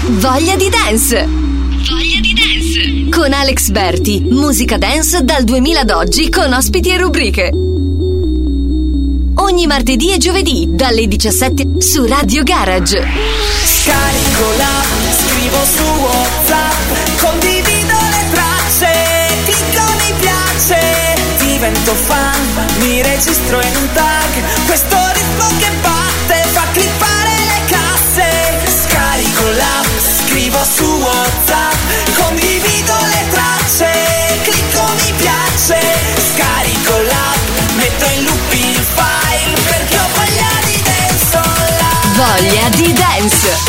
Voglia di dance. Voglia di dance. Con Alex Berti, musica dance dal 2000 ad oggi con ospiti e rubriche. Ogni martedì e giovedì dalle 17 su Radio Garage. Scarico l'app, scrivo su WhatsApp, condivido le tracce, clicco mi piace, divento fan, mi registro in un tag, questo ritmo che batte fa clippare le casse. Scarico l'app, scrivo su WhatsApp, condivido le tracce, clicco mi piace, scarico l'app, metto in loop il file perché ho voglia di dance online. Voglia di dance.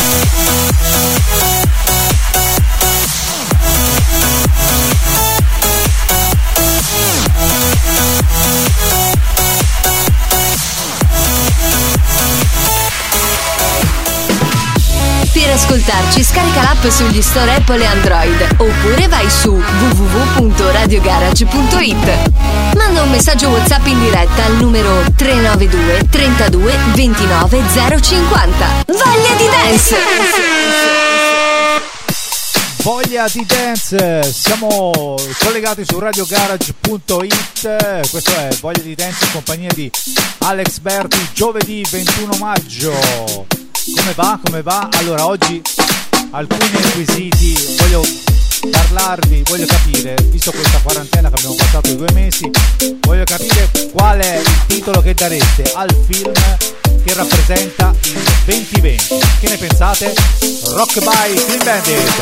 Per ascoltarci scarica l'app sugli store Apple e Android oppure vai su www.radiogarage.it. Manda un messaggio WhatsApp in diretta al numero 392 32 29 050. Voglia di dance! Voglia di dance, siamo collegati su radiogarage.it. Questo è Voglia di dance in compagnia di Alex Berti, giovedì 21 maggio. Come va? Come va? Allora, oggi alcuni requisiti voglio parlarvi, voglio capire, visto questa quarantena che abbiamo passato i 2 mesi, voglio capire qual è il titolo che dareste al film che rappresenta il 2020. Che ne pensate? Rock by Clean Bandit.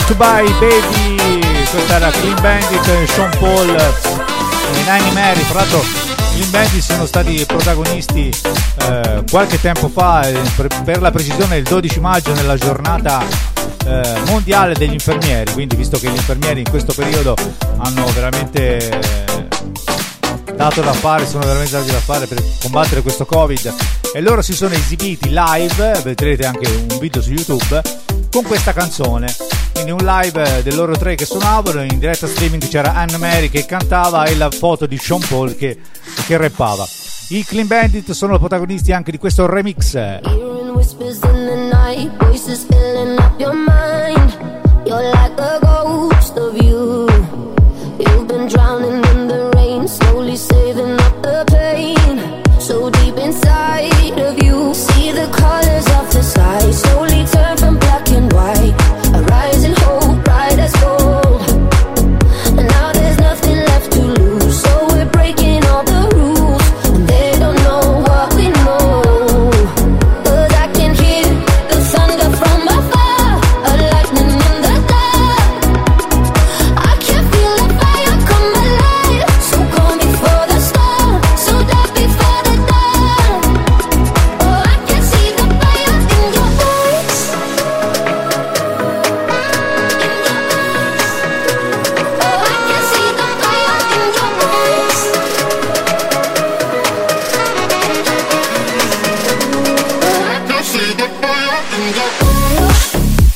Got to Buy Baby, questa era Clean Bandit, Sean Paul e Nanny Mary. Tra l'altro Clean Bandit sono stati protagonisti qualche tempo fa, per la precisione il 12 maggio, nella giornata mondiale degli infermieri, quindi visto che gli infermieri in questo periodo hanno veramente dato da fare, sono veramente dati da fare per combattere questo Covid, e loro si sono esibiti live, vedrete anche un video su YouTube con questa canzone, quindi un live del loro tre che suonavano, in diretta streaming c'era Anne Mary che cantava e la foto di Sean Paul che rappava. I Clean Bandit sono protagonisti anche di questo remix. Slowly saving up the pain, so deep inside of you. See the colors of the sky slowly turn from black and white. A rising hope, bright as gold. And now there's nothing left to lose, so we're breaking all the rules. And they don't know what we know, 'cause I can hear the thunder from afar, a lightning in the dark. I can feel the fire come alive, so come before the storm, so dark before the dawn. Oh, I can see the fire in your eyes, Oh, I can see the fire in your eyes, Oh, I can see the fire in your eyes.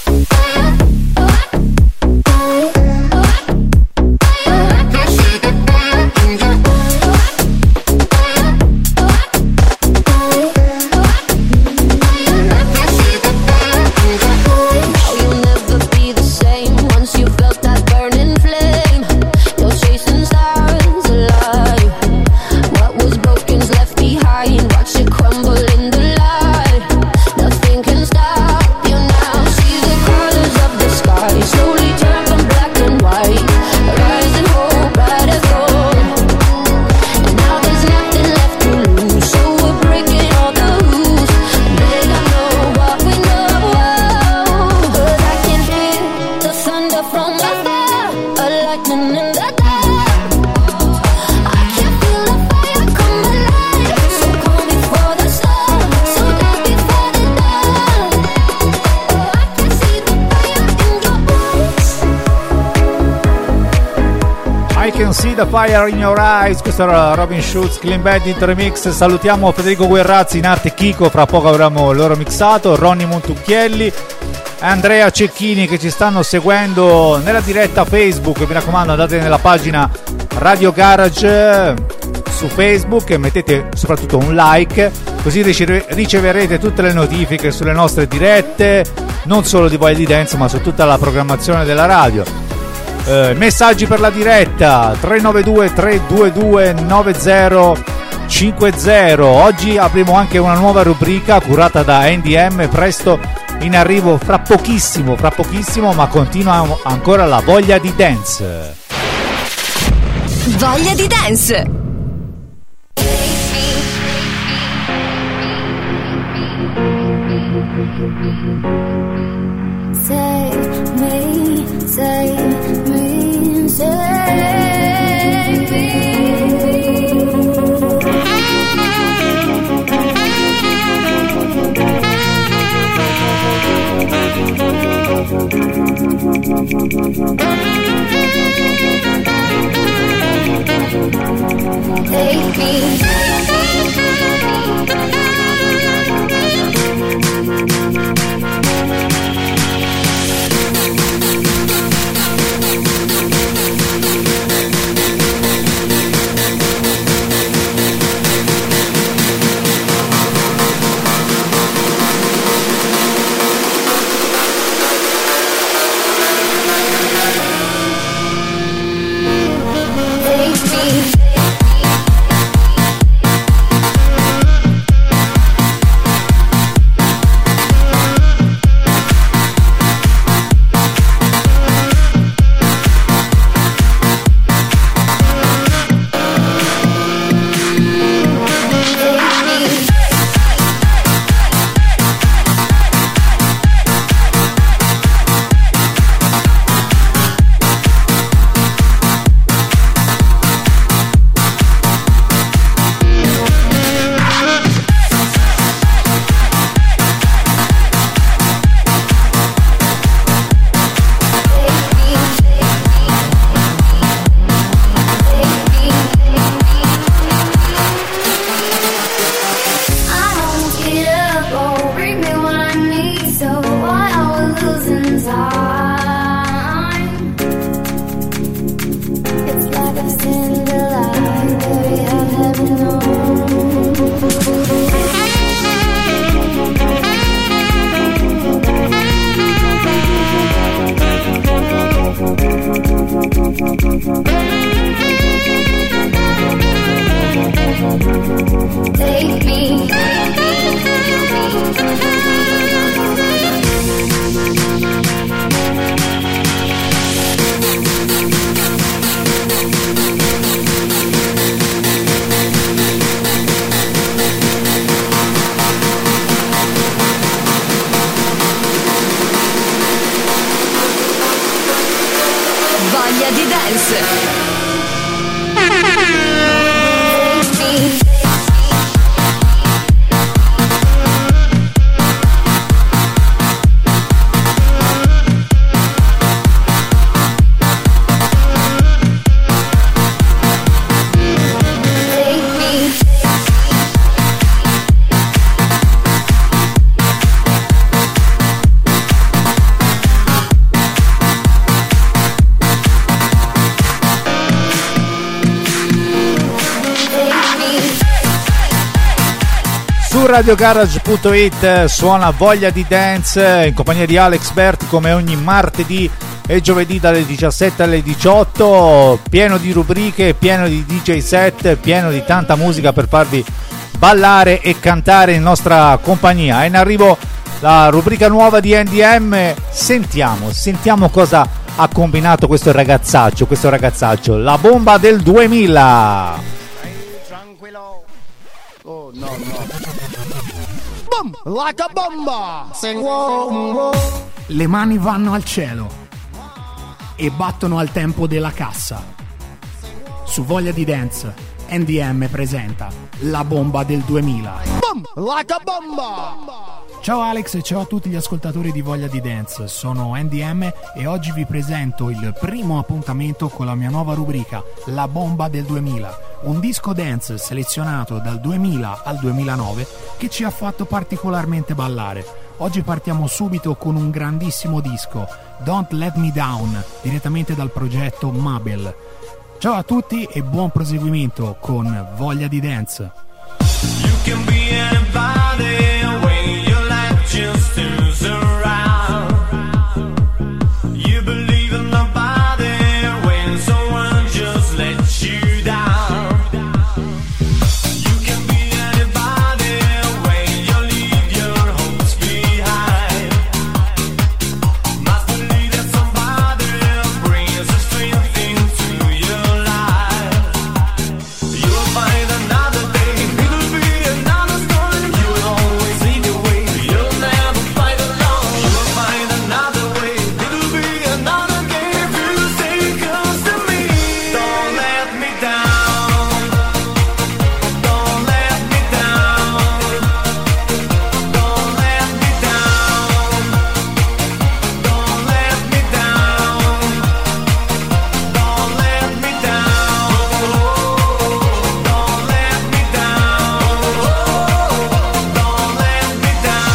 You'll never be the same once you felt that burning flame. You're chasing stars alive. What was broken's left behind. Watch it crumble in the light. Nothing can stop you now. See the colors of the sky slowly turn from black and white. A rising hope, bright as gold. And now there's nothing left to lose, so we're breaking all the rules. They don't know what we know, 'cause I can hear the thunder from afar, a lightning in the dark. I can feel the fire come alive, so come before the storm, so dark before the dawn. Oh, I can see the fire in your eyes. I Can See the Fire in Your Eyes, questo era Robin Schulz, Clean Bandit Remix. Salutiamo Federico Guerrazzi, in arte Kiko, fra poco avremo loro mixato, Ronny Montucchielli, Andrea Cecchini che ci stanno seguendo nella diretta Facebook. Mi raccomando, andate nella pagina Radio Garage su Facebook e mettete soprattutto un like, così riceverete tutte le notifiche sulle nostre dirette, non solo di Voglia di Dance ma su tutta la programmazione della radio. Messaggi per la diretta 392 322 9050. Oggi avremo anche una nuova rubrica curata da NDM, presto in arrivo, fra pochissimo, ma continua ancora la Voglia di Dance. Voglia di Dance. Save me, save me, save me. Take me. Take me. voglia di dance. Su radiogarage.it suona Voglia di Dance in compagnia di Alex Berti come ogni martedì e giovedì dalle 17 alle 18, pieno di rubriche, pieno di DJ set, pieno di tanta musica per farvi ballare e cantare in nostra compagnia. È in arrivo la rubrica nuova di NDM, sentiamo cosa ha combinato questo ragazzaccio, la bomba del 2000. Tranquillo. Oh no. Boom, like a bomba. Sing wow, wow. Le mani vanno al cielo e battono al tempo della cassa. Su Voglia di Dance, NDM presenta la bomba del 2000. Boom, like a bomba. Ciao Alex e ciao a tutti gli ascoltatori di Voglia di Dance, sono NDM e oggi vi presento il primo appuntamento con la mia nuova rubrica, La Bomba del 2000, un disco dance selezionato dal 2000 al 2009 che ci ha fatto particolarmente ballare. Oggi partiamo subito con un grandissimo disco, Don't Let Me Down, direttamente dal progetto Mabel. Ciao a tutti e buon proseguimento con Voglia di Dance. You can be anybody when your life just turns around. You believe in nobody when someone just lets you down. You can be anybody when you leave your hopes behind. Must believe that somebody brings the strength into your life. You'll find another day, it'll be another story. You will always lead the way, you'll never fight alone. You'll find another way, it'll be another game. You say close to me. Don't let me down. Don't let me down. Don't let me down. Don't let me down. Don't let me down. Don't let me down. Don't let me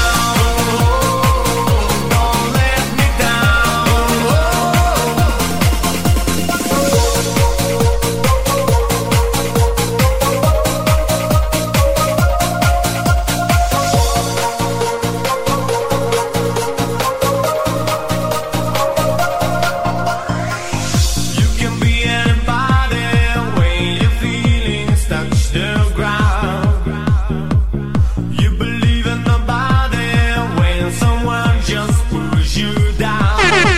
You can be anybody when your feelings touch the ground. You believe in nobody when someone just pulls you down.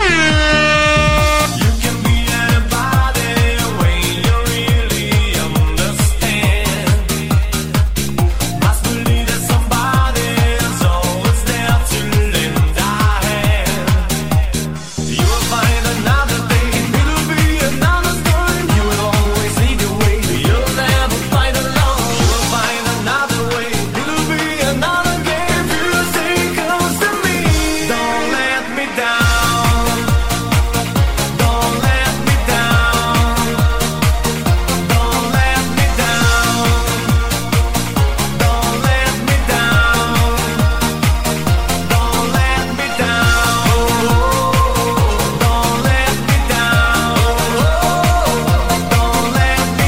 You can be anybody when you really understand. Must believe that somebody is always there to lend a hand. You will find another day, it'll be another story. You will always lead the way, you'll never fight alone. You will find another way, it'll be another game. You stay close to me. Don't let me down. Don't let me down. Don't let me down. Don't let me down. Don't let me down. Don't let me down. Don't let me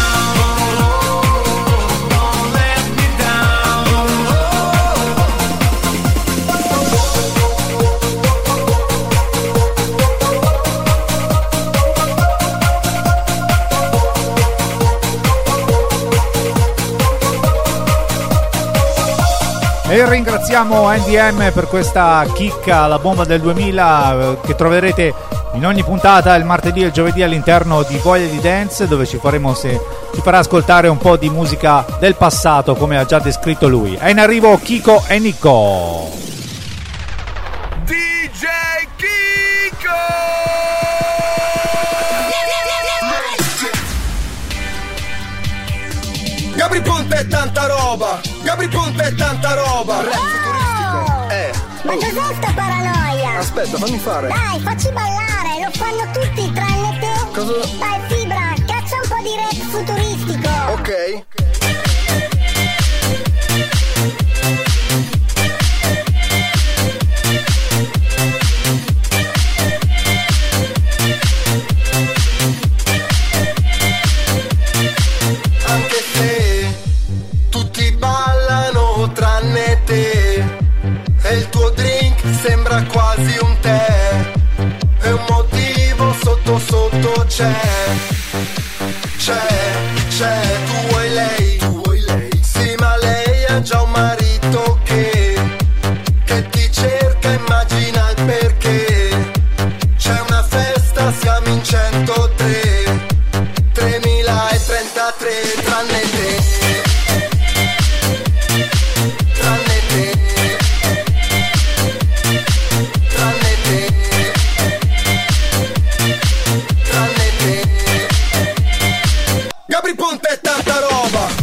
E ringraziamo NDM per questa chicca, la bomba del 2000, che troverete in ogni puntata il martedì e il giovedì all'interno di Voglia di Dance, dove ci farà ascoltare un po' di musica del passato, come ha già descritto lui. È in arrivo Kiko e Nico. DJ Kiko! è tanta roba. Gabri Ponte è tanta roba. Rap futuristico. Ma cos'è sta paranoia? Aspetta, fammi fare. Dai, facci ballare, lo fanno tutti tranne te. Cosa? Dai, Fibra, caccia un po' di rap futuristico. Ok. Anche se tutti ballano tranne te, e il tuo drink sembra quasi un tè, e un motivo sotto sotto c'è, tu vuoi lei, sì ma lei ha già un marito che ti cerca, immagina il perché, c'è una festa, siamo in 103, 3033, tranne te, tranne te, tranne te, tranne te. Gabri Ponte è tanta roba.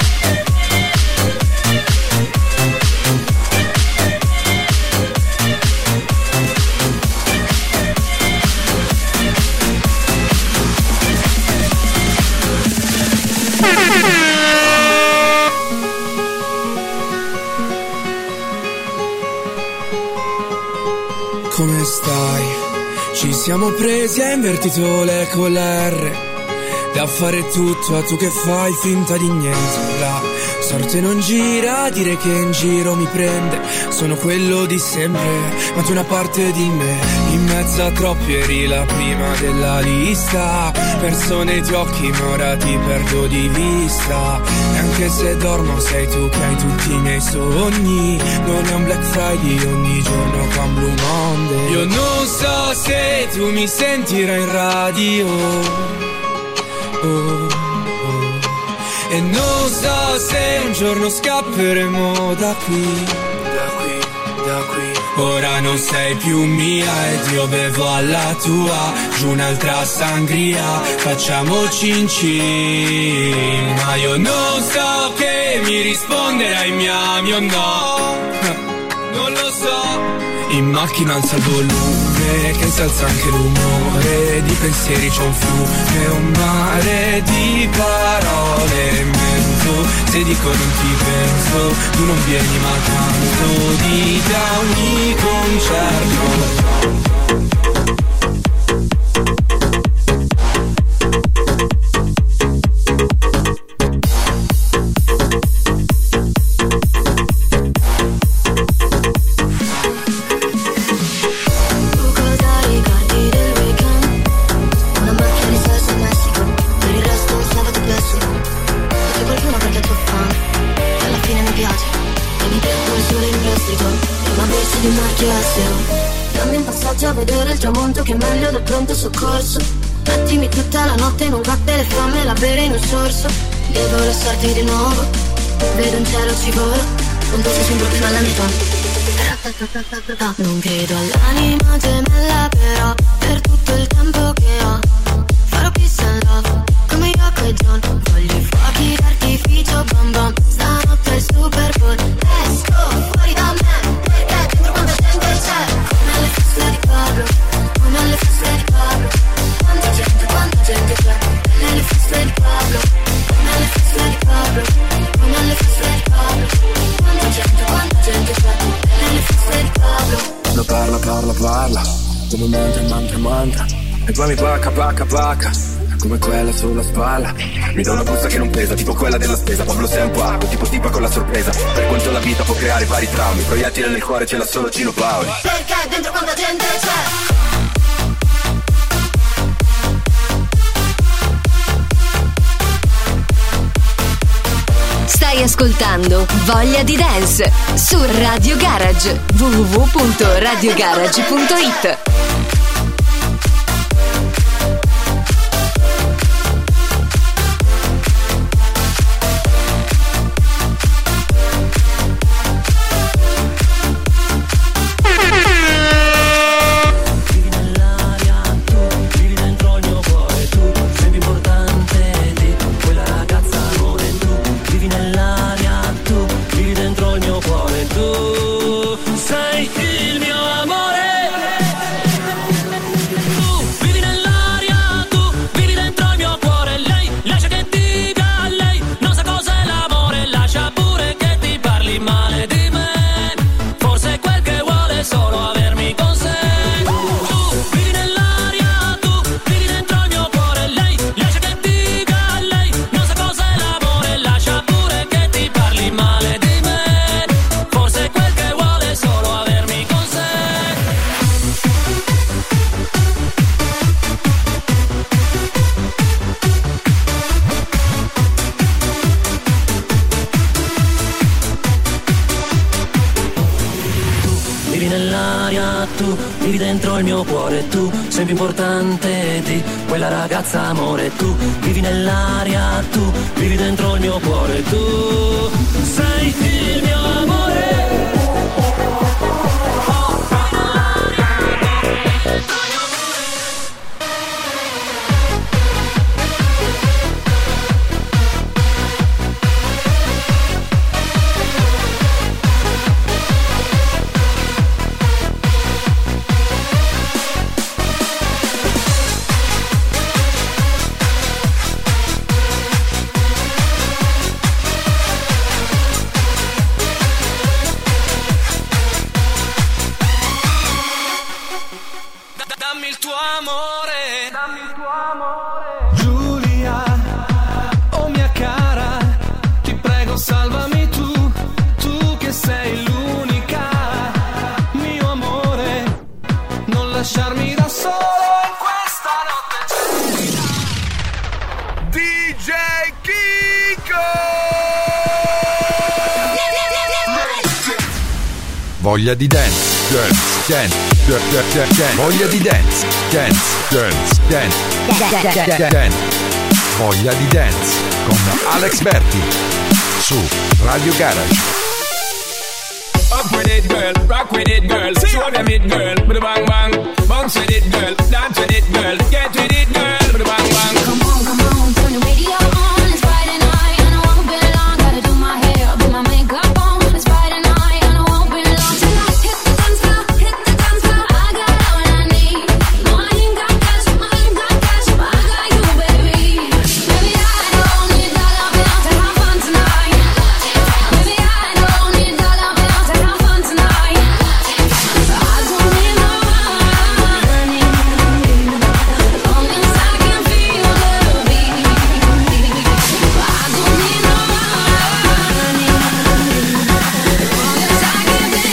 Come stai? Ci siamo presi e invertito le con l'R, da fare tutto a tu che fai finta di niente. La sorte non gira a dire che in giro mi prende, sono quello di sempre, ma tu una parte di me, in mezzo a troppi eri la prima della lista, perso nei tuoi occhi ma ora ti perdo di vista, e anche se dormo sei tu che hai tutti i miei sogni, non è un Black Friday ogni giorno con Blue Monday. Io non so se tu mi sentirai in radio, e non so se un giorno scapperemo da qui. Ora non sei più mia ed io bevo alla tua, giù un'altra sangria, facciamo cin cin. Ma io non so che mi risponderai, mi ami o no, non lo so. In macchina alza il volume, che si alza anche l'umore, di pensieri c'è un fiume, un mare di parole in mezzo, se dico non ti penso, tu non vieni ma tanto di da ogni concerto. Dammi un passaggio a vedere il tramonto che è meglio del pronto soccorso. Mettimi tutta la notte in un cocktail e fammela bere in un sorso. Devo lasciarti di nuovo, vedo un cielo ci volo, con te sei sempre prima alla metà. Non credo all'anima gemella però, per tutto il tempo che ho farò peace and love, come Yoko e John. Voglio i fuochi d'artificio, bam bam, stanotte è il Super Bowl. Let's go, fuori da me, perché dentro quanta gente c'è. Come alle feste di Pablo, come alle feste di Pablo. Quanta gente c'è, nelle feste di Pablo, come alle feste di Pablo, come alle feste di Pablo. Quanta gente c'è, nelle feste di Pablo. Parla, come un mantra, e poi mi pacca, come quella sulla spalla. Mi dà una busta che non pesa, tipo quella della spesa. Pablo sei un pago, tipo tipa con la sorpresa. Per quanto la vita può creare vari traumi, proiettili nel cuore ce l'ha solo Gino Paoli. Perché dentro quanta gente c'è. Stai ascoltando Voglia di Dance su Radio Garage, www.radiogarage.it. Vivi nella vivi dentro il mio cuore, tu sei più importante di quella ragazza, amore, tu vivi nell'aria, tu vivi dentro il mio cuore, tu sei il mio amore. Giulia, oh mia cara, ti prego salvami tu, tu che sei l'unica, mio amore, non lasciarmi da solo in questa notte. DJ Kiko! Voglia di dance, dance, dance, dance, dance. Voglia di dance, dance, dance, dance, dance. Voglia di dance con Alex Berti su Radio Garage. Up with it, girl, rock with it, girl, show them it, girl, with a bang bang. Bounce with it, girl, dance with it, girl, get with it, girl, with a bang bang. Come on, turn the radio on. It's Friday night and I won't be long. Gotta do my hair, put my makeup on. It's Friday night and I won't be long. Till I hit the dance floor, I got all I need. No, I ain't got cash, but I got you, baby. Baby, I don't need dollar bills to have fun tonight. Baby, I don't need dollar bills to have fun tonight. I don't need no money, as long as I can feel the beat. I don't need no money, as long as I can dance.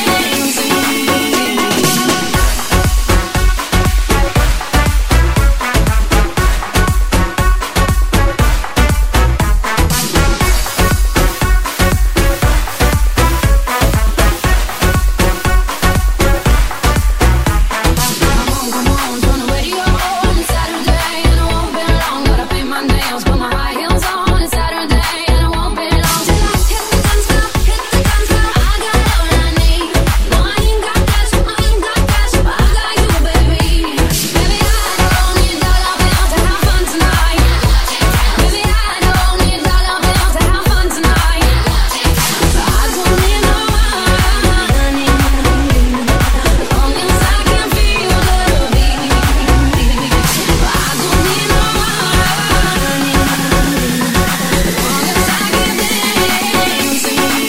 Come on, turn the radio on. It's Saturday and I won't be long. Gotta paint my nails, put my high heels on. It's Saturday and I won't be long. Till I hit the dance floor, I got all I need. No, I ain't got cash, but I got you, baby. Baby, I don't need dollar bills to have fun tonight. Baby, I don't need dollar bills to have fun tonight. I don't need no money, as long as I can feel the beat. I don't need no money, as long as I can dance.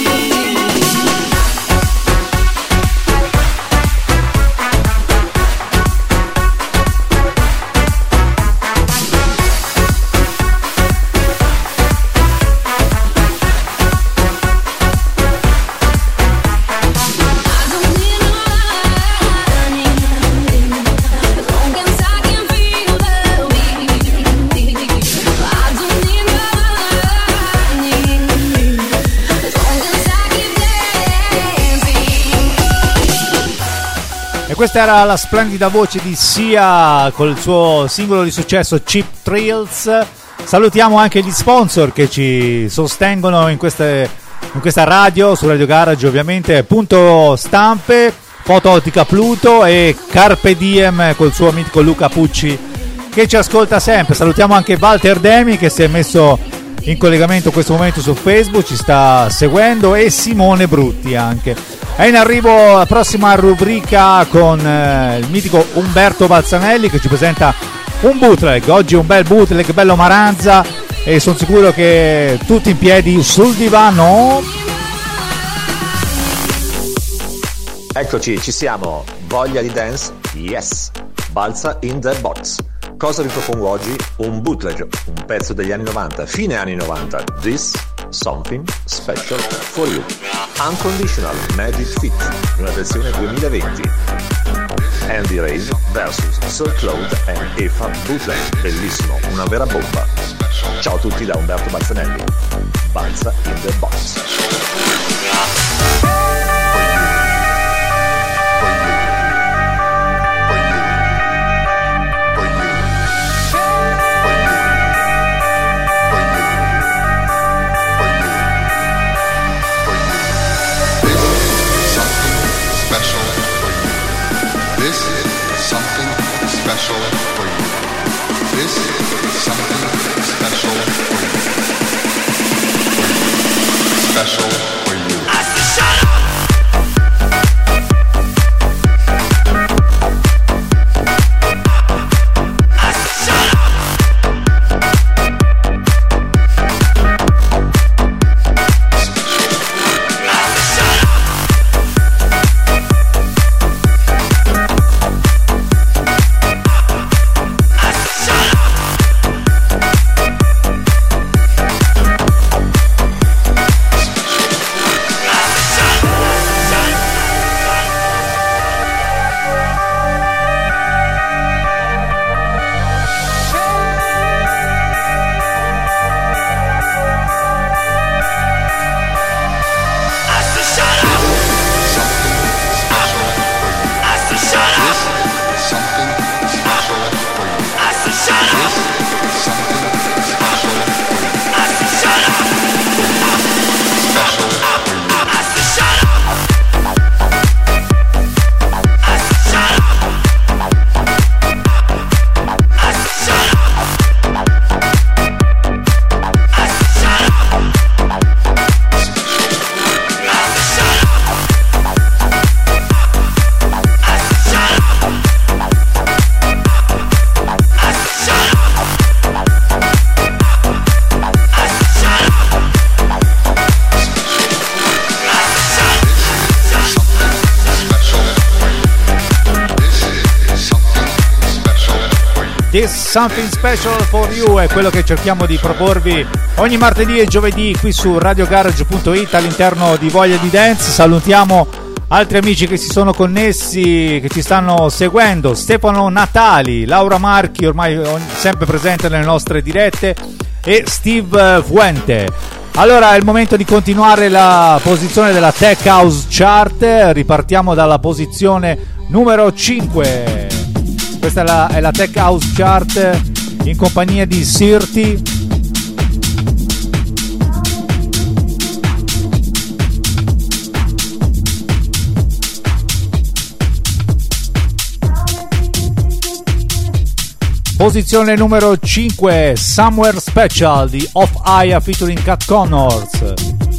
E questa era la splendida voce di Sia col suo singolo di successo Cheap Thrills. Salutiamo anche gli sponsor che ci sostengono in questa radio, su Radio Garage ovviamente, Punto Stampe, Foto Ottica Pluto e Carpe Diem col suo amico Luca Pucci che ci ascolta sempre. Salutiamo anche Walter Demi che si è messo in collegamento in questo momento su Facebook, ci sta seguendo, e Simone Brutti anche. È in arrivo la prossima rubrica con il mitico Umberto Balzanelli che ci presenta un bootleg. Oggi un bel bootleg, bello Maranza, e sono sicuro che tutti in piedi sul divano. Eccoci, ci siamo. Voglia di dance? Yes. Balza in the box. Cosa vi propongo oggi? Un bootleg, un pezzo degli anni 90, fine anni 90. This Something Special for You. Unconditional Magic Fit, una versione 2020. Andy Rave vs Sir Claude and Efa Bootleg. Bellissimo, una vera bomba. Ciao a tutti da Umberto Balzanelli. Balza in the box. special for you. This is something special for you. Special for you. Shut up! This Something Special for You è quello che cerchiamo di proporvi ogni martedì e giovedì qui su radiogarage.it all'interno di Voglia di Dance. Salutiamo altri amici che si sono connessi, che ci stanno seguendo: Stefano Natali, Laura Marchi, ormai sempre presente nelle nostre dirette, e Steve Fuente. Allora è il momento di continuare la posizione della Tech House Chart. Ripartiamo dalla posizione numero 5. Questa è la Tech House Chart in compagnia di Sirti. Posizione numero 5, Somewhere Special di Off Aya featuring Cat Connors.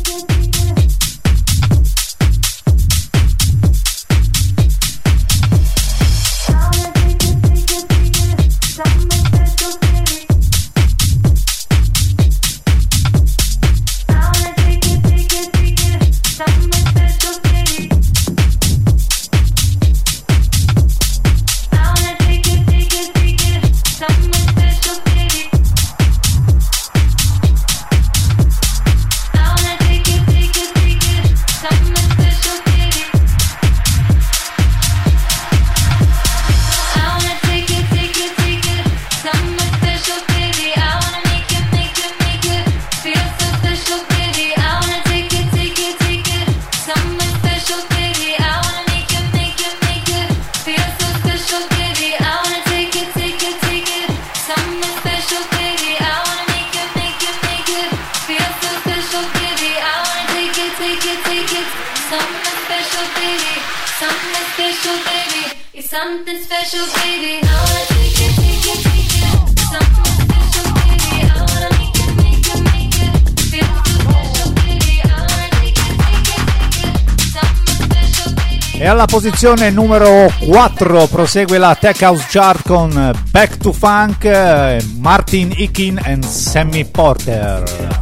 Something special, baby. I wanna take it, take it, take it. Something special, baby. I wanna make it, make it, make it. Feel so special, baby. I wanna take it, take it, take it. Something special, baby. E alla posizione numero 4 prosegue la Tech House Chart con Back to Funk, Martin Ikin e Sammy Porter.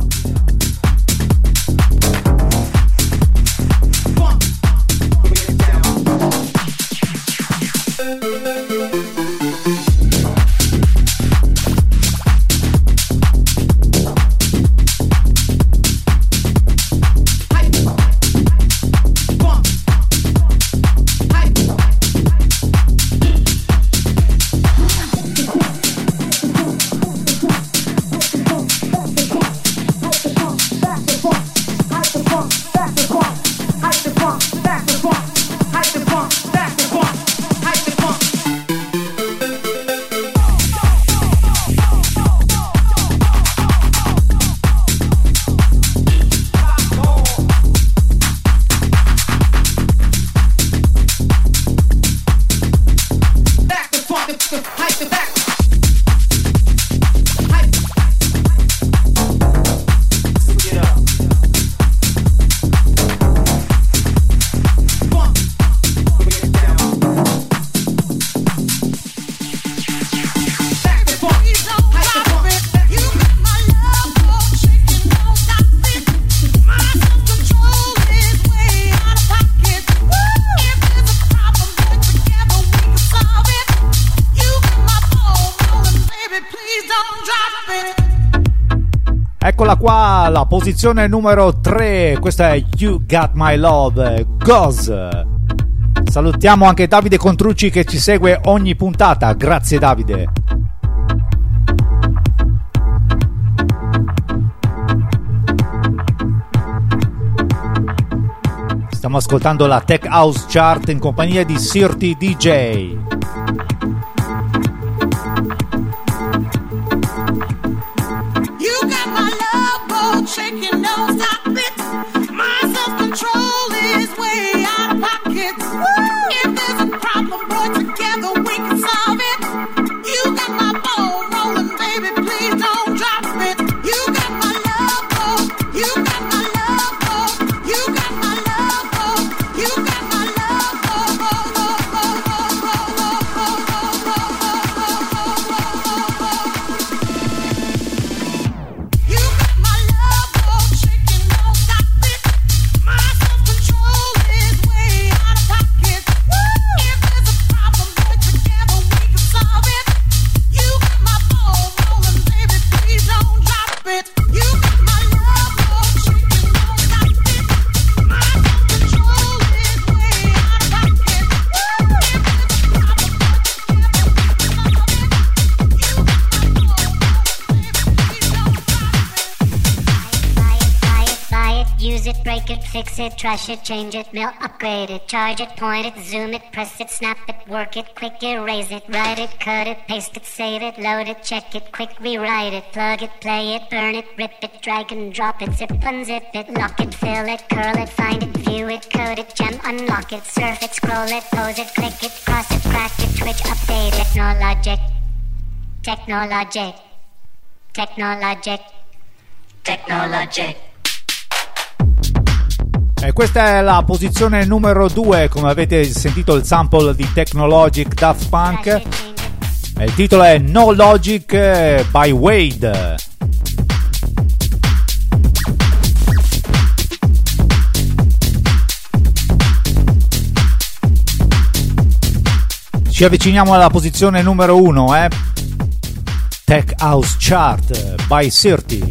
Eccola qua, la posizione numero 3, questa è You Got My Love, Goz. Salutiamo anche Davide Contrucci che ci segue ogni puntata, grazie Davide. Stiamo ascoltando la Tech House Chart in compagnia di Sirti DJ. Shaking, don't stop it. My self-control is way out of pocket. If there's a problem, boy, together we can solve it. You got my ball rolling, baby, please don't drop it. You got my love, oh, you got my love, oh, you got my love, oh, you got my love, oh, oh, oh, oh, oh, oh, oh, oh, fix it, trash it, change it, mail, upgrade it, charge it, point it, zoom it, press it, snap it, work it, quick erase it, write it, cut it, paste it, save it, load it, check it, quick rewrite it, plug it, play it, burn it, rip it, drag and drop it, zip, unzip it, lock it, fill it, curl it, find it, view it, code it, gem, unlock it, surf it, scroll it, pose it, click it, cross it, crack it, twitch, update it, Technologic, Technologic, Technologic, Technologic. E questa è la posizione numero 2, come avete sentito il sample di Technologic Daft Punk. E il titolo è No Logic by Wade. Ci avviciniamo alla posizione numero 1, Tech House Chart by Sirti.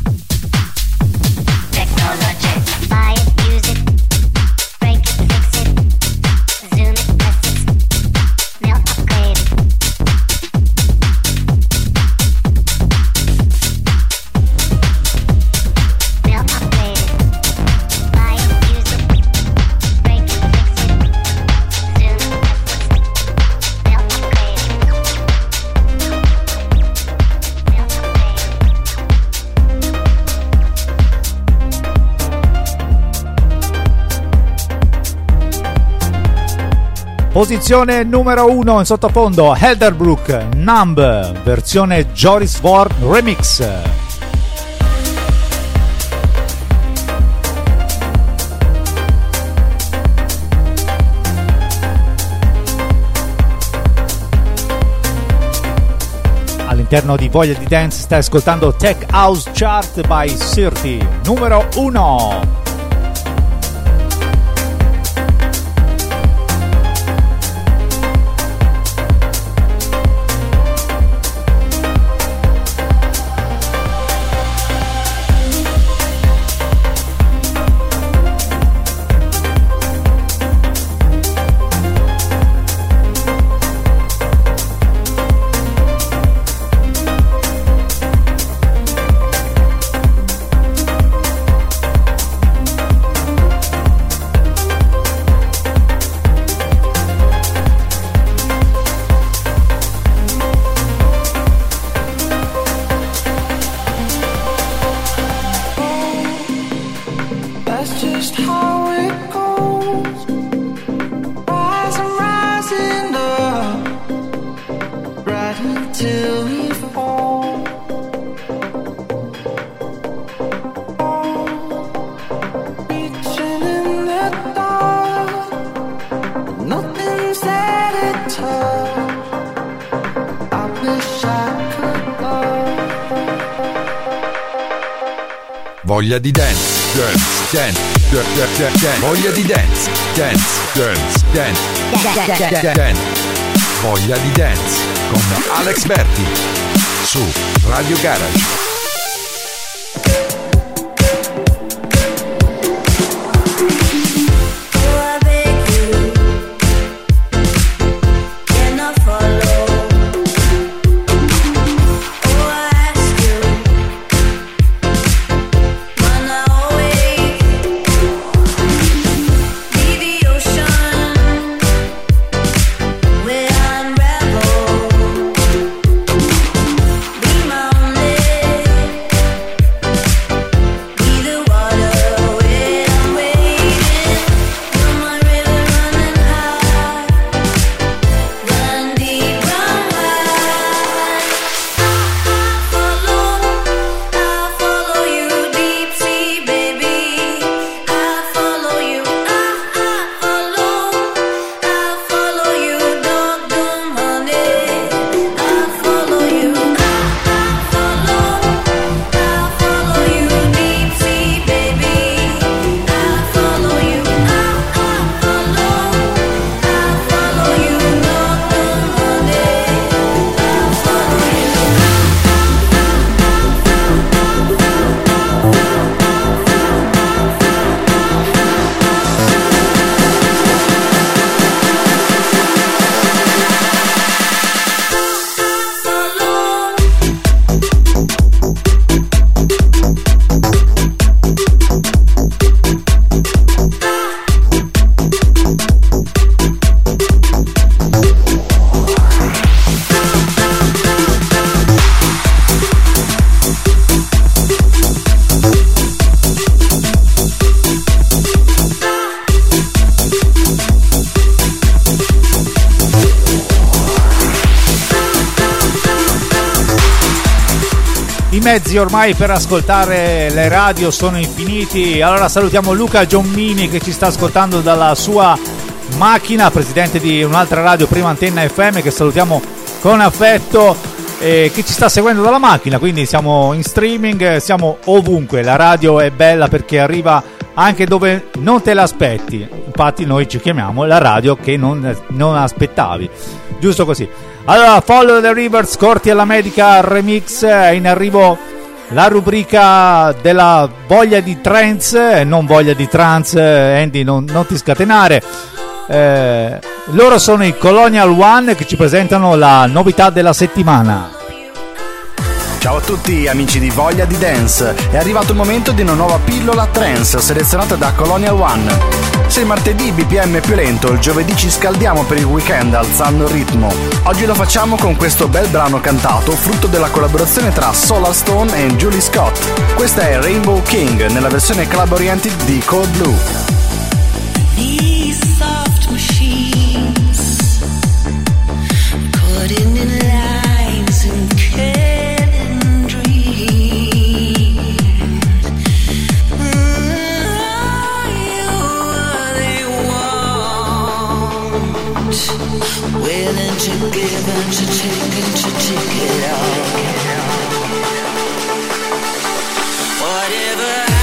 Posizione numero 1 in sottofondo, Helderbrook, Numb, versione Joris Ward Remix. All'interno di Voglia di Dance stai ascoltando Tech House Chart by Sirti, numero 1. right until we fall. Reaching in the dark, nothing said at all. I wish I could go. Voglia di dance, dance, dance, dance, dance. Voglia di dance, dance, dance, dance, dance. Voglia di dance con Alex Berti su Radio Garage. I mezzi ormai per ascoltare le radio sono infiniti. Allora salutiamo Luca Giommini che ci sta ascoltando dalla sua macchina, presidente di un'altra radio, Prima Antenna FM, che salutiamo con affetto, che ci sta seguendo dalla macchina. Quindi siamo in streaming, siamo ovunque. La radio è bella perché arriva anche dove non te l'aspetti. Infatti noi ci chiamiamo la radio che non aspettavi, giusto così. Allora, Follow the Rivers, Corti alla Medica Remix, è in arrivo la rubrica della voglia di trance, non voglia di trance. Andy, non ti scatenare. Loro sono i Colonial One che ci presentano la novità della settimana. Ciao a tutti amici di Voglia di Dance, è arrivato il momento di una nuova pillola trance selezionata da Colonial One. Se il martedì BPM è più lento, il giovedì ci scaldiamo per il weekend alzando il ritmo. Oggi lo facciamo con questo bel brano cantato, frutto della collaborazione tra Solar Stone e Julie Scott. Questa è Rainbow King nella versione club oriented di Cold Blue. These soft machines cutting in lines and killing dreams. You are they want, willing to give and to take it all. Whatever.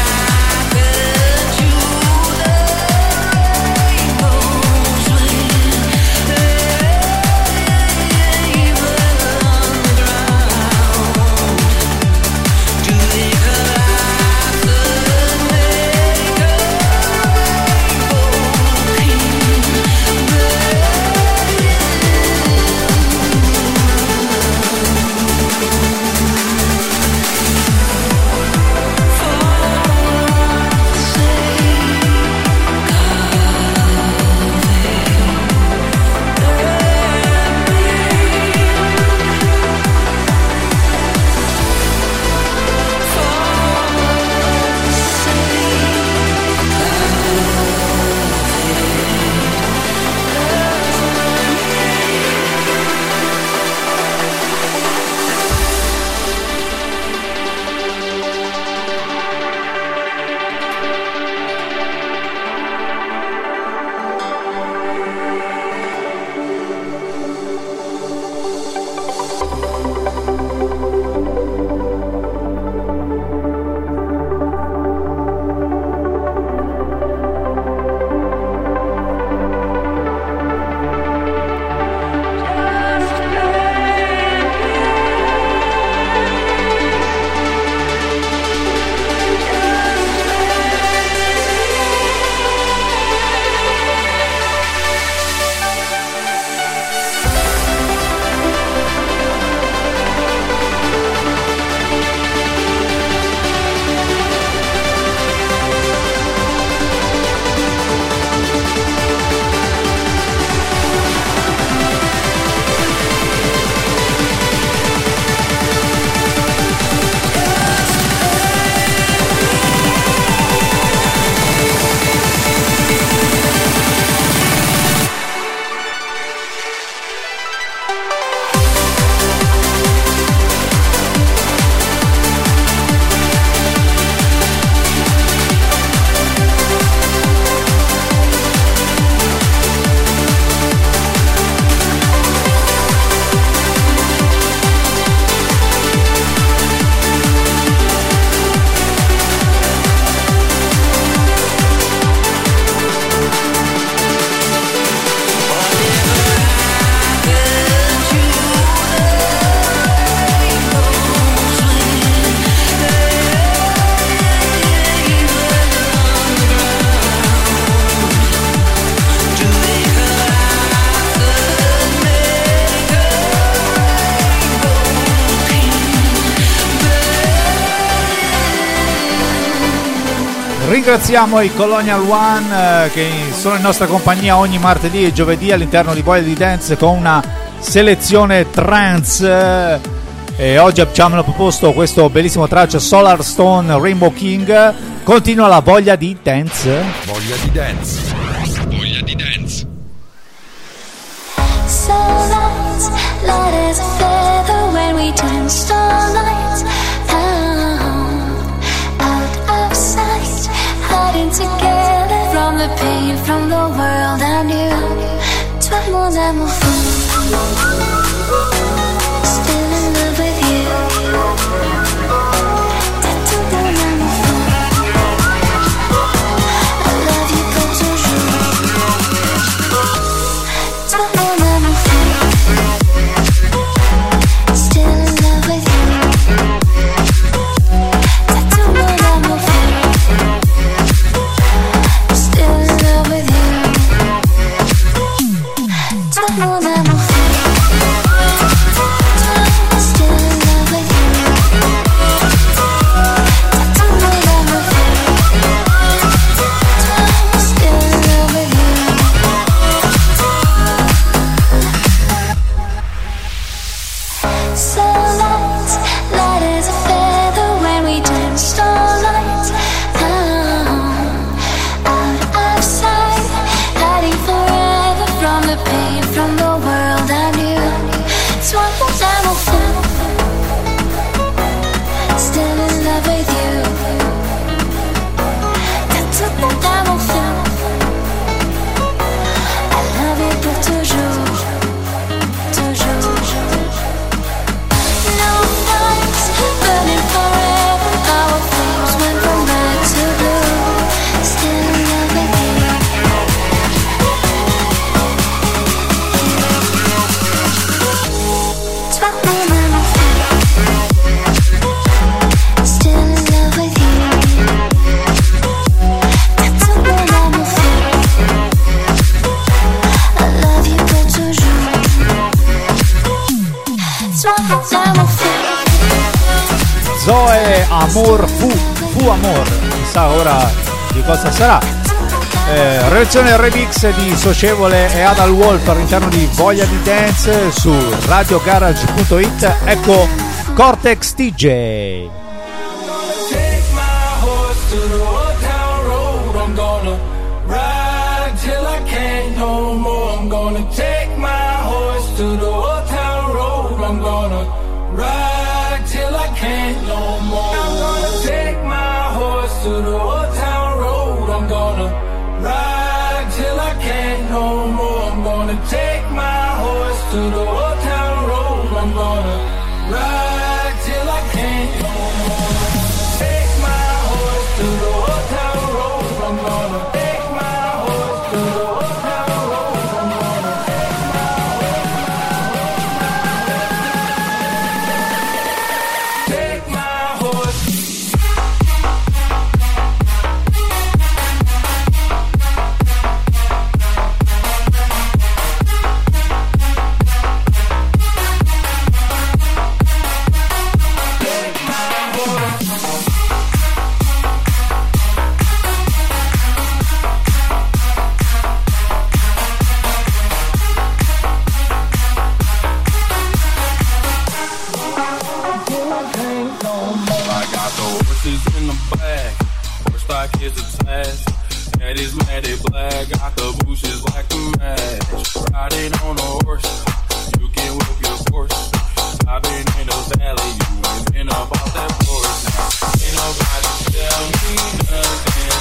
Ringraziamo i Colonial One che sono in nostra compagnia ogni martedì e giovedì all'interno di Voglia di Dance con una selezione trance. E oggi ci hanno proposto questo bellissimo traccia Solar Stone Rainbow King. Continua la Voglia di Dance. Voglia di Dance. Voglia di Dance. Starlight, light as a feather when we dance. Starlight, out of sight, hiding together from the pain, from the world I knew. Toi, mon amour fou, still in love with you. T'es tout mon amour fou, I love you pour toujours. Toi, mon amour fou, still in love with you. T'es tout mon amour fou, still in love with you. Toi, mon amour fou, still in love with you. T'es tout mon amour fou, still in love with you. Starlight, light as a feather when we dance. Starlight, out of sight, hiding forever from the pain, from the world I knew. Toi, mon amour fou, still in love with you. T'es tout mon amour fou, I love you pour toujours, toujours. No nights burning forever, our flames went from red to blue. Still in love with you. Toi, mon amour fou, still in love with you. T'es tout mon amour fou, I love you pour toujours. Toi, mon amour fou. Zoe Amor fu Amor, chissà ora di cosa sarà. Reazione remix di Socievole e Adal Wolf all'interno di Voglia di Dance su radiogarage.it. Ecco Cortex TJ. Take my horse to the old town road. I'm gonna ride till I can't no more. I'm gonna take my horse to the old town road. I'm gonna ride till I can't no more. I'm gonna take my horse to the old town road. I'm gonna ride till I can't no more. I'm gonna take my horse to the old town road. I'm gonna ride till I can't no more. Take my horse to the old town road. I'm gonna take my horse to the old town road. I'm gonna take my horse. I got the horses in the back, horse stock is attached. Head is matted black, got the bushes like a match. Riding on a horse, you can whip your horse. I've been in the valley, you ain't been about that horse. Ain't nobody tell me nothing.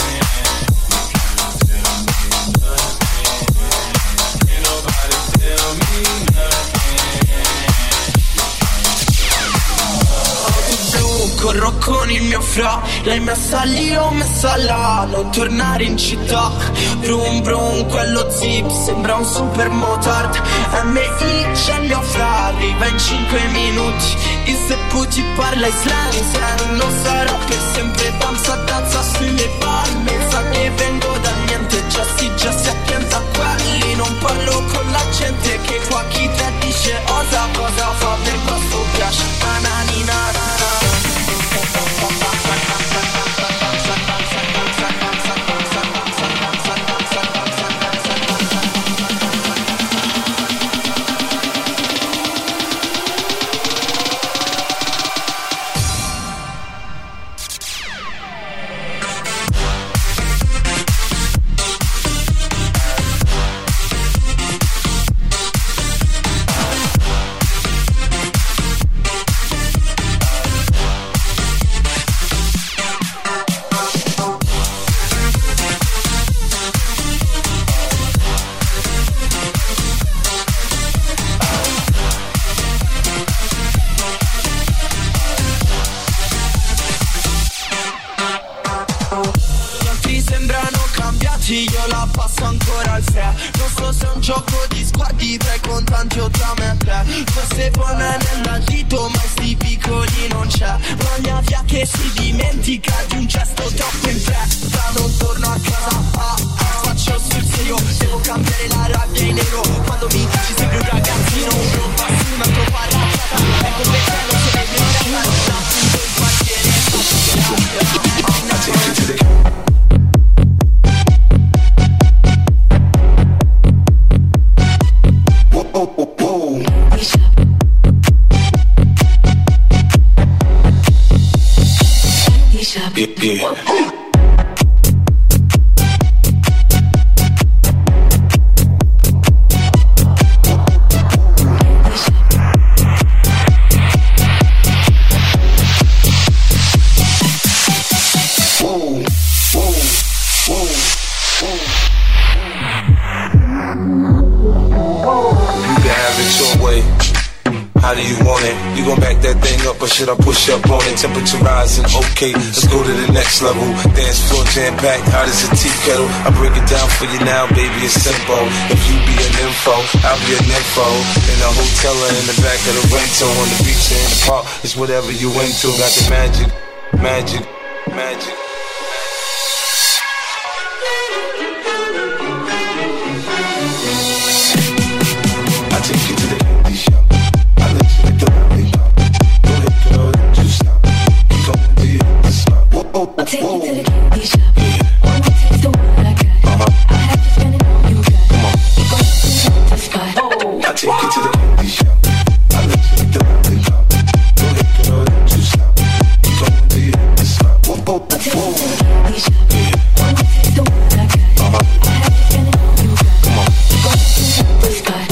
Ain't nobody tell me nothing. Corro con il mio fra, l'hai messa lì, l'ho messa là, non tornare in città. Brum brum, quello zip sembra un super motard. MI ce li ho fra, arriva in 5 minuti. E se puti parla slang, non sarà per sempre danza, danza sui miei palmi. Sa che vengo da niente, già si appianta quelli. Non parlo con la gente che qua chi te dice osa, cosa fa per questo piace. Ananina. passo ancora il 3. Non so se è un gioco di sguardi tra i contanti o tra me e te. Forse poi me nel dito, ma sti piccoli non c'è. Magna via che si dimentica di un gesto troppo in fretta. Non torno a casa, faccio sul serio. Devo cambiare la rabbia in nero. Quando mi ci sembri un ragazzino, non fa su un altro parazzata. Ecco perché non se ne viene a casa. Appunto il quartiere How do you want it? You gon' back that thing up or should I push up on it? Temperature rising, okay, let's go to the next level. Dance floor jam packed, hot as a tea kettle. I break it down for you now, baby, it's simple. If you be an info, I'll be an info. In a hotel or in the back of the rental, on the beach or in the park, it's whatever you into. Got the magic, magic, magic. I take you to the candy shop. I let you lick the lollipop. Go ahead, girl, don't you stop. Keep going till you hit the spot. Whoa, I'll take you to the candy shop. One more taste of what I got. I have to spend it all you got. Come on. You gon' hit the spot. I take you to the candy shop. I let you lick the lollipop. Go ahead, girl, don't you stop. Keep going till you hit the spot. Whoa, I'll take you to the candy shop. One more taste of what I got. I have to spend it all you got. Come on. You gon' hit the spot.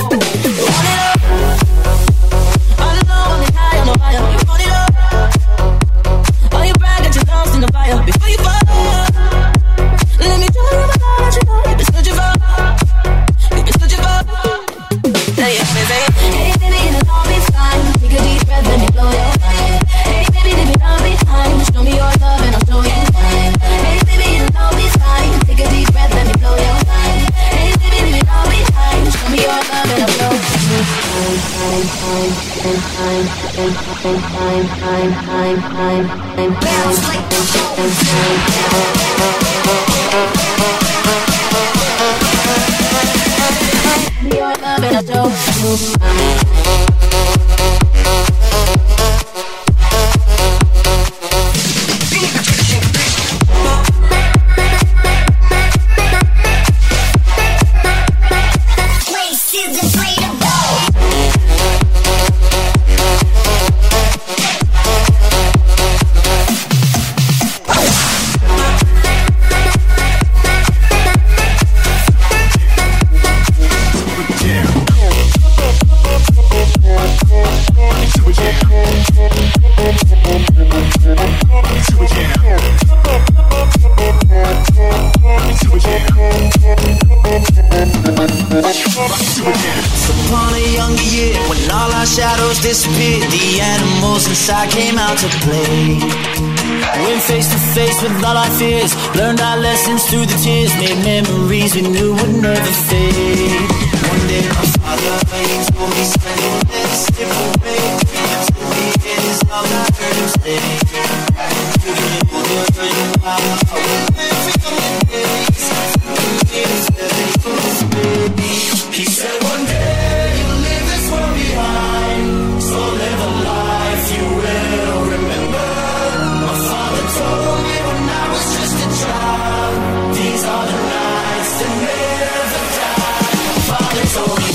Before you fall, let me tell you what I want you know. You've been searching for, you've been searching for. Say it, say it. Hey baby, it'll all be fine. Take a deep breath, let me blow your mind. Hey baby, leave it all behind. Show me your love and I'll show you mine. Hey baby, it'll all be fine. Take a deep breath, let me blow your mind. Hey baby, leave it all behind. Show me your love and I'll blow your your love and I'll blow Upon a younger year, when all our shadows disappeared, the animals inside came out to play. Went face to face with all our fears, learned our lessons through the tears, made memories we knew would never fade. One day my father, he told me, son, don't let it slip away. To me it is all I heard him say. You can hold your burden while I will live in the days. It is better for me. He said one day you'll leave this world behind, so live a life you will remember. My father told me when I was just a child, these are the nights that never die. My father told me.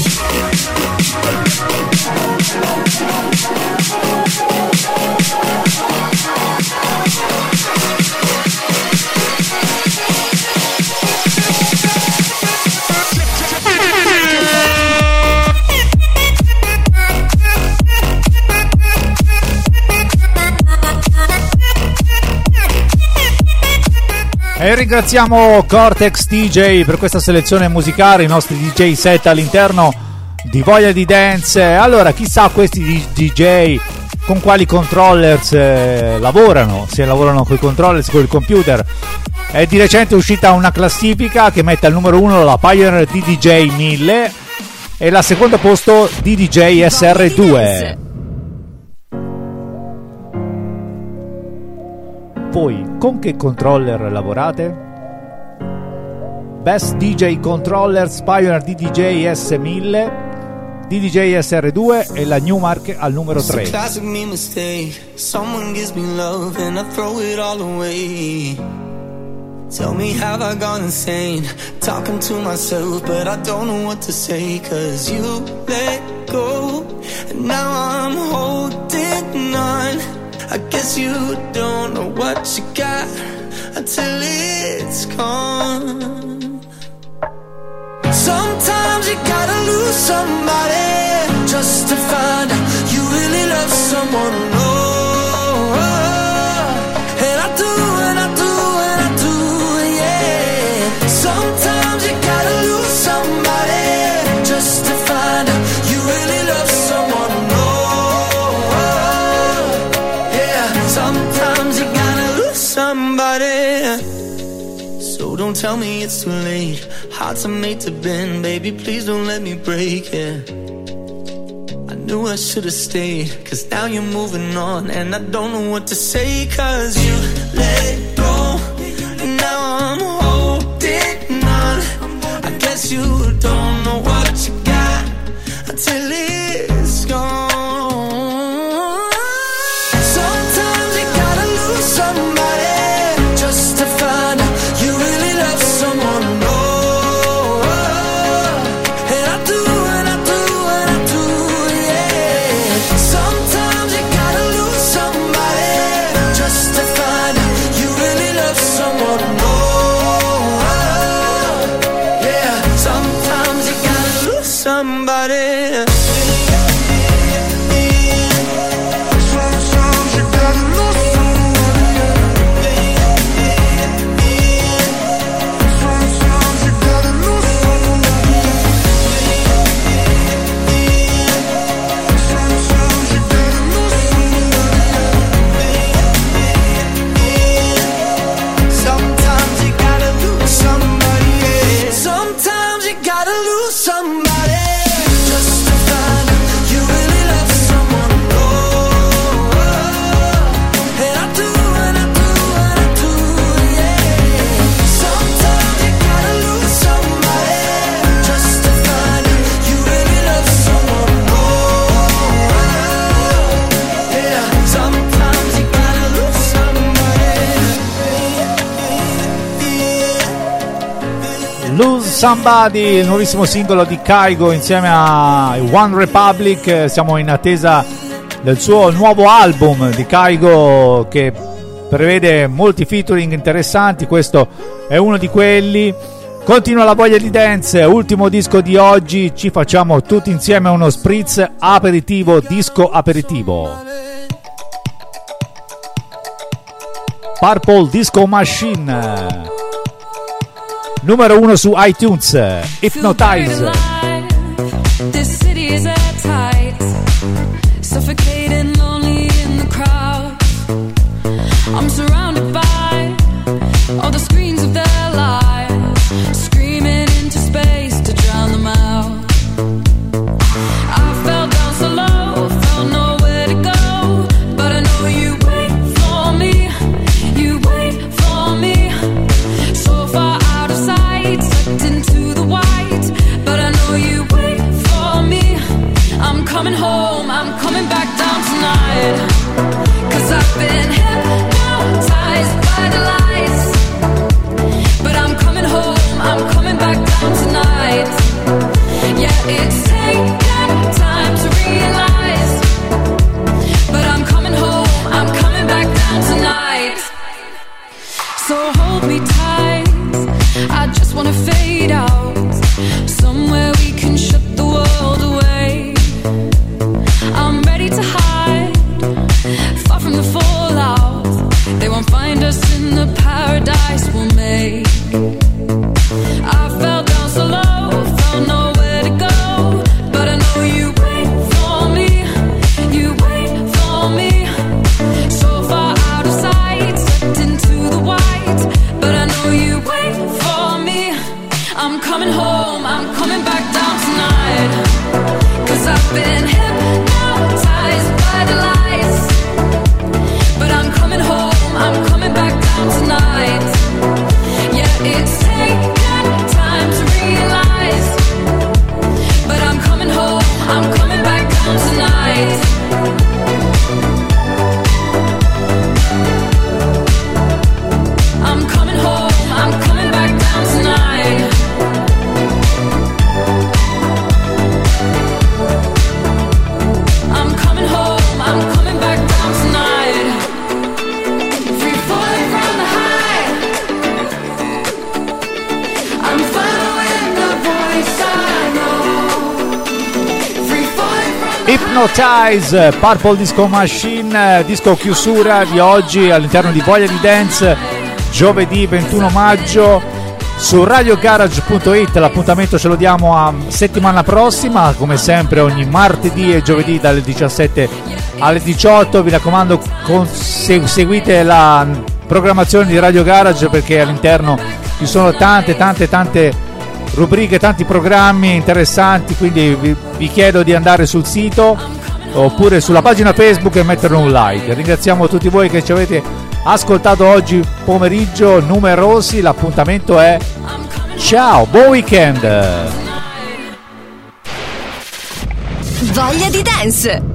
E ringraziamo Cortex DJ per questa selezione musicale, i nostri DJ set all'interno di Voglia di Dance. Allora, chissà questi DJ con quali controllers lavorano, se lavorano con i controllers, con il computer. È di recente uscita una classifica che mette al numero 1 la Pioneer DDJ 1000 e al secondo posto DDJ SR2. Voi con che controller lavorate? Best DJ Controllers Pioneer DDJ S1000, DDJ SR2 e la Newmark al numero 3. Classic me mistake. Someone gives me love and I throw it all away. Tell me, have I gone insane? Talking to myself, but I don't know what to say. 'Cause you let go, and now I'm holding on. I guess you don't know what you got until it's gone. Sometimes you gotta lose somebody just to find out you really love someone. Oh, and I do, and I do, and I do, yeah. Sometimes you gotta lose somebody just to find out you really love someone. Oh, yeah. Sometimes you gotta lose somebody. So don't tell me it's too late. Hearts are made to bend, baby, please don't let me break it. I knew I should have stayed, 'cause now you're moving on, and I don't know what to say. 'Cause you let go, and now I'm holding on. I guess you don't know what you got until it's gone. Sometimes you gotta lose somebody just to find out you really love someone. Somebody. Lose Somebody, il nuovissimo singolo di Kygo insieme a One Republic. Siamo in attesa del suo nuovo album di Kygo che prevede molti featuring interessanti. Questo è uno di quelli. Continua la voglia di dance, ultimo disco di oggi. Ci facciamo tutti insieme uno spritz aperitivo, disco aperitivo. Purple Disco Machine, numero 1 su iTunes, Hypnotize. This city is at tight, suffocating, lonely in the crowd. I'm surrounded by all the screens of their lives, screaming into space to drown them out. I fell down so low, found nowhere to go, but I know you wait for me, you wait for me. So far out of sight, sucked into the white, but I know you wait for me. I'm coming home, I'm coming back down Hypnotize, Purple Disco Machine, disco chiusura di oggi all'interno di Voglia di Dance, giovedì 21 maggio su radiogarage.it. L'appuntamento ce lo diamo a settimana prossima, come sempre ogni martedì e giovedì dalle 17 alle 18. Vi raccomando, seguite la programmazione di Radio Garage, perché all'interno ci sono tante rubriche, tanti programmi interessanti, quindi vi chiedo di andare sul sito oppure sulla pagina Facebook e mettere un like. Ringraziamo tutti voi che ci avete ascoltato oggi pomeriggio, numerosi. L'appuntamento è ciao, buon weekend. Voglia di Dance.